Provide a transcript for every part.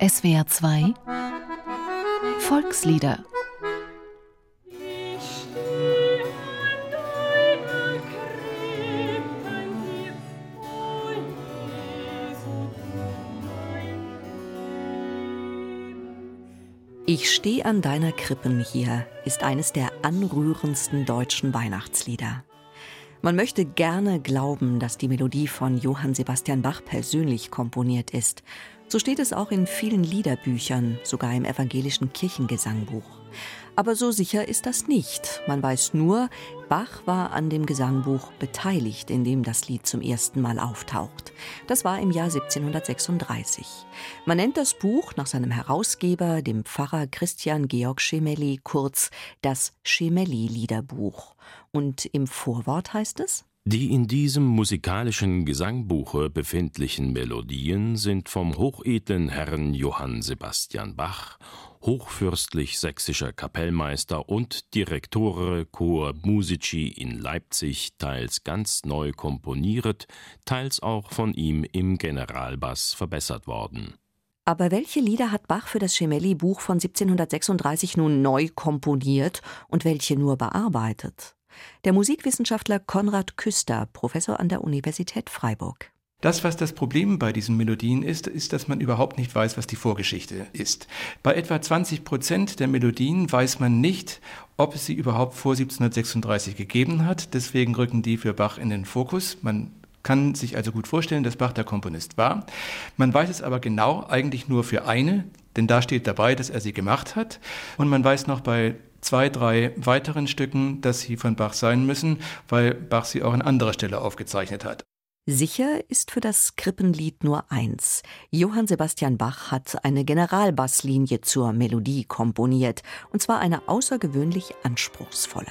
SWR 2 Volkslieder. Ich steh an deiner Krippen hier ist eines der anrührendsten deutschen Weihnachtslieder. Man möchte gerne glauben, dass die Melodie von Johann Sebastian Bach persönlich komponiert ist. So steht es auch in vielen Liederbüchern, sogar im evangelischen Kirchengesangbuch. Aber so sicher ist das nicht. Man weiß nur, Bach war an dem Gesangbuch beteiligt, in dem das Lied zum ersten Mal auftaucht. Das war im Jahr 1736. Man nennt das Buch nach seinem Herausgeber, dem Pfarrer Christian Georg Schemelly, kurz das Schemelly-Liederbuch. Und im Vorwort heißt es: Die in diesem musikalischen Gesangbuche befindlichen Melodien sind vom hochedlen Herrn Johann Sebastian Bach, hochfürstlich sächsischer Kapellmeister und Direktore Chor Musici in Leipzig, teils ganz neu komponiert, teils auch von ihm im Generalbass verbessert worden. Aber welche Lieder hat Bach für das Schemelly-Buch von 1736 nun neu komponiert und welche nur bearbeitet? Der Musikwissenschaftler Konrad Küster, Professor an der Universität Freiburg. Das, was das Problem bei diesen Melodien ist, dass man überhaupt nicht weiß, was die Vorgeschichte ist. Bei etwa 20% der Melodien weiß man nicht, ob es sie überhaupt vor 1736 gegeben hat. Deswegen rücken die für Bach in den Fokus. Man kann sich also gut vorstellen, dass Bach der Komponist war. Man weiß es aber genau eigentlich nur für eine, denn da steht dabei, dass er sie gemacht hat. Und man weiß noch bei 2, 3 weiteren Stücken, dass sie von Bach sein müssen, weil Bach sie auch an anderer Stelle aufgezeichnet hat. Sicher ist für das Krippenlied nur eins: Johann Sebastian Bach hat eine Generalbasslinie zur Melodie komponiert, und zwar eine außergewöhnlich anspruchsvolle.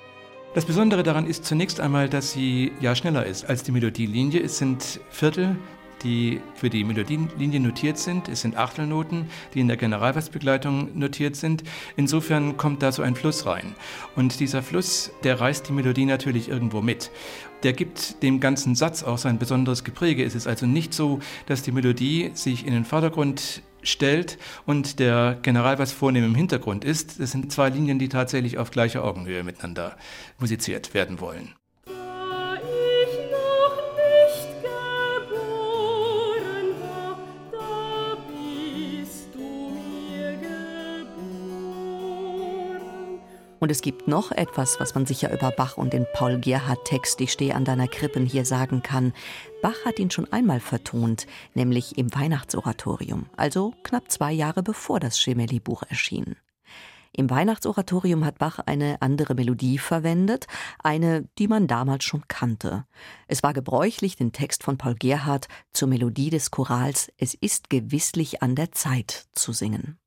Das Besondere daran ist zunächst einmal, dass sie ja schneller ist als die Melodielinie. Es sind Viertel, die für die Melodielinie notiert sind. Es sind Achtelnoten, die in der Generalbassbegleitung notiert sind. Insofern kommt da so ein Fluss rein. Und dieser Fluss, der reißt die Melodie natürlich irgendwo mit. Der gibt dem ganzen Satz auch sein besonderes Gepräge. Es ist also nicht so, dass die Melodie sich in den Vordergrund stellt und der Generalbass vornehm im Hintergrund ist. Das sind 2 Linien, die tatsächlich auf gleicher Augenhöhe miteinander musiziert werden wollen. Und es gibt noch etwas, was man sicher über Bach und den Paul-Gerhardt-Text »Ich stehe an deiner Krippen« hier sagen kann. Bach hat ihn schon einmal vertont, nämlich im Weihnachtsoratorium, also knapp 2 Jahre bevor das Schemelly-Buch erschien. Im Weihnachtsoratorium hat Bach eine andere Melodie verwendet, eine, die man damals schon kannte. Es war gebräuchlich, den Text von Paul Gerhardt zur Melodie des Chorals »Es ist gewisslich an der Zeit« zu singen.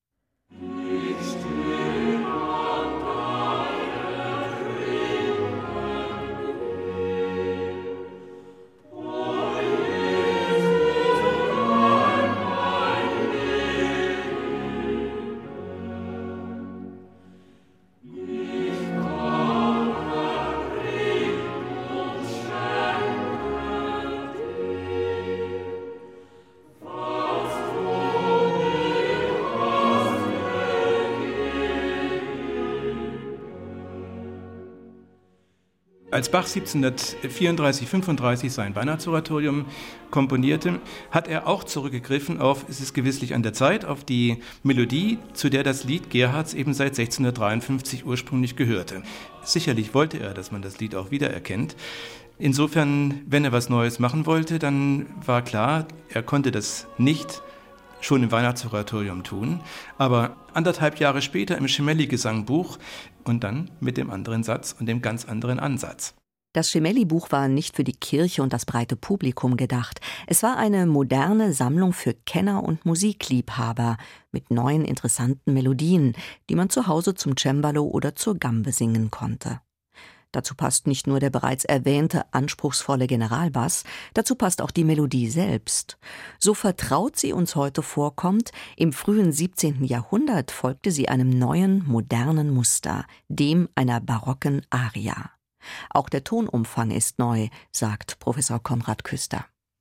Als Bach 1734/35 sein Weihnachtsoratorium komponierte, hat er auch zurückgegriffen auf »Es ist gewisslich an der Zeit«, auf die Melodie, zu der das Lied Gerhardts eben seit 1653 ursprünglich gehörte. Sicherlich wollte er, dass man das Lied auch wiedererkennt. Insofern, wenn er was Neues machen wollte, dann war klar, er konnte das nicht schon im Weihnachtsoratorium tun, aber 1,5 Jahre später im Schemelly-Gesangbuch und dann mit dem anderen Satz und dem ganz anderen Ansatz. Das Schemelly-Buch war nicht für die Kirche und das breite Publikum gedacht. Es war eine moderne Sammlung für Kenner und Musikliebhaber mit neuen, interessanten Melodien, die man zu Hause zum Cembalo oder zur Gambe singen konnte. Dazu passt nicht nur der bereits erwähnte anspruchsvolle Generalbass, dazu passt auch die Melodie selbst. So vertraut sie uns heute vorkommt, im frühen 17. Jahrhundert folgte sie einem neuen, modernen Muster, dem einer barocken Aria. Auch der Tonumfang ist neu, sagt Professor Konrad Küster.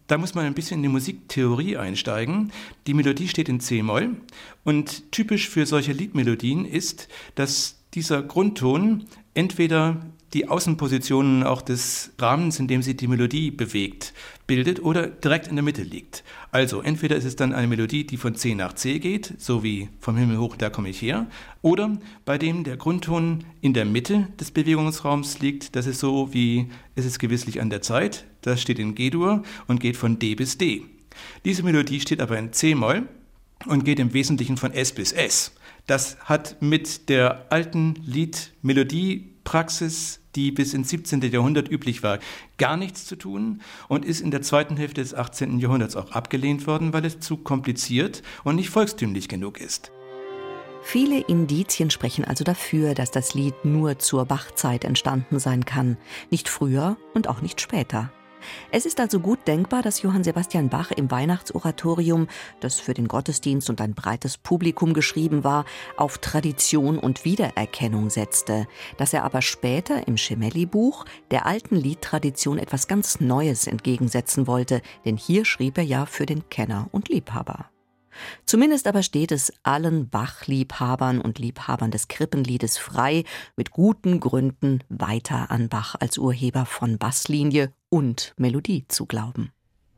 Da muss man ein bisschen in die Musiktheorie einsteigen. Die Melodie steht in C-Moll und typisch für solche Liedmelodien ist, dass dieser Grundton entweder die Außenpositionen auch des Rahmens, in dem sich die Melodie bewegt, bildet oder direkt in der Mitte liegt. Also entweder ist es dann eine Melodie, die von C nach C geht, so wie vom Himmel hoch, da komme ich her, oder bei dem der Grundton in der Mitte des Bewegungsraums liegt, das ist so wie, es ist gewisslich an der Zeit, das steht in G-Dur und geht von D bis D. Diese Melodie steht aber in C-Moll und geht im Wesentlichen von S bis S. Das hat mit der alten Liedmelodiepraxis, die bis ins 17. Jahrhundert üblich war, gar nichts zu tun und ist in der zweiten Hälfte des 18. Jahrhunderts auch abgelehnt worden, weil es zu kompliziert und nicht volkstümlich genug ist. Viele Indizien sprechen also dafür, dass das Lied nur zur Bachzeit entstanden sein kann, nicht früher und auch nicht später. Es ist also gut denkbar, dass Johann Sebastian Bach im Weihnachtsoratorium, das für den Gottesdienst und ein breites Publikum geschrieben war, auf Tradition und Wiedererkennung setzte, dass er aber später im Gemelli-Buch der alten Liedtradition etwas ganz Neues entgegensetzen wollte, denn hier schrieb er ja für den Kenner und Liebhaber. Zumindest aber steht es allen Bach-Liebhabern und Liebhabern des Krippenliedes frei, mit guten Gründen weiter an Bach als Urheber von Basslinie und Melodie zu glauben.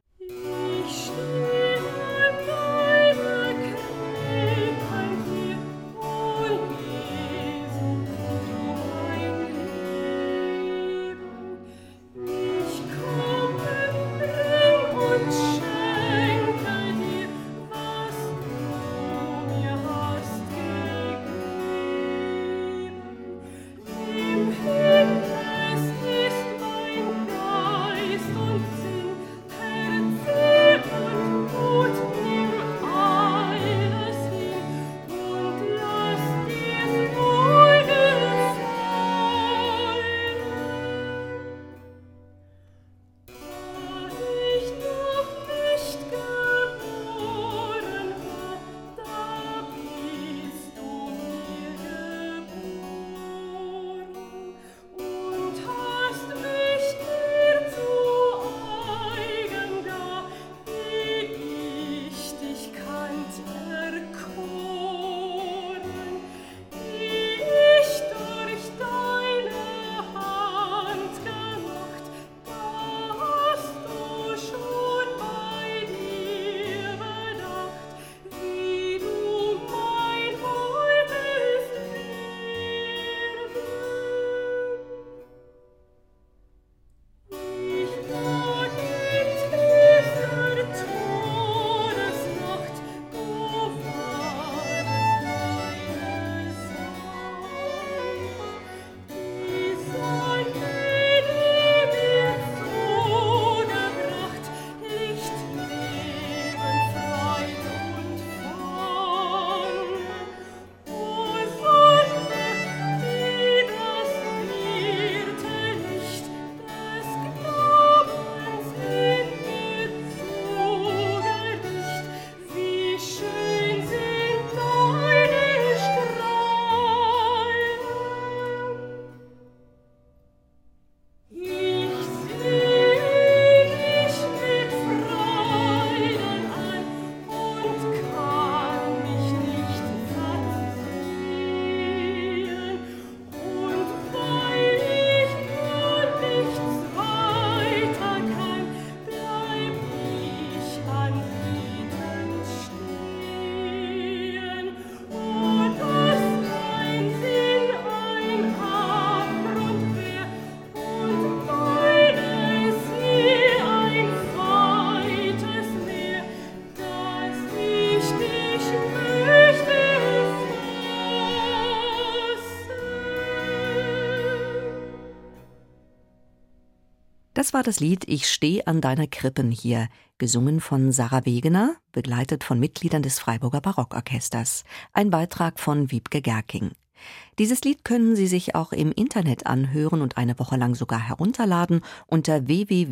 Das war das Lied »Ich steh an deiner Krippen hier«, gesungen von Sarah Wegener, begleitet von Mitgliedern des Freiburger Barockorchesters. Ein Beitrag von Wiebke Gerking. Dieses Lied können Sie sich auch im Internet anhören und eine Woche lang sogar herunterladen unter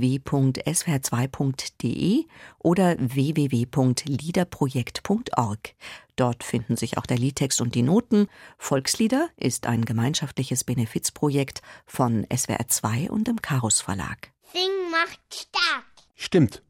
www.swr2.de oder www.liederprojekt.org. Dort finden sich auch der Liedtext und die Noten. Volkslieder ist ein gemeinschaftliches Benefizprojekt von SWR2 und dem Karus Verlag. Singen macht stark. Stimmt.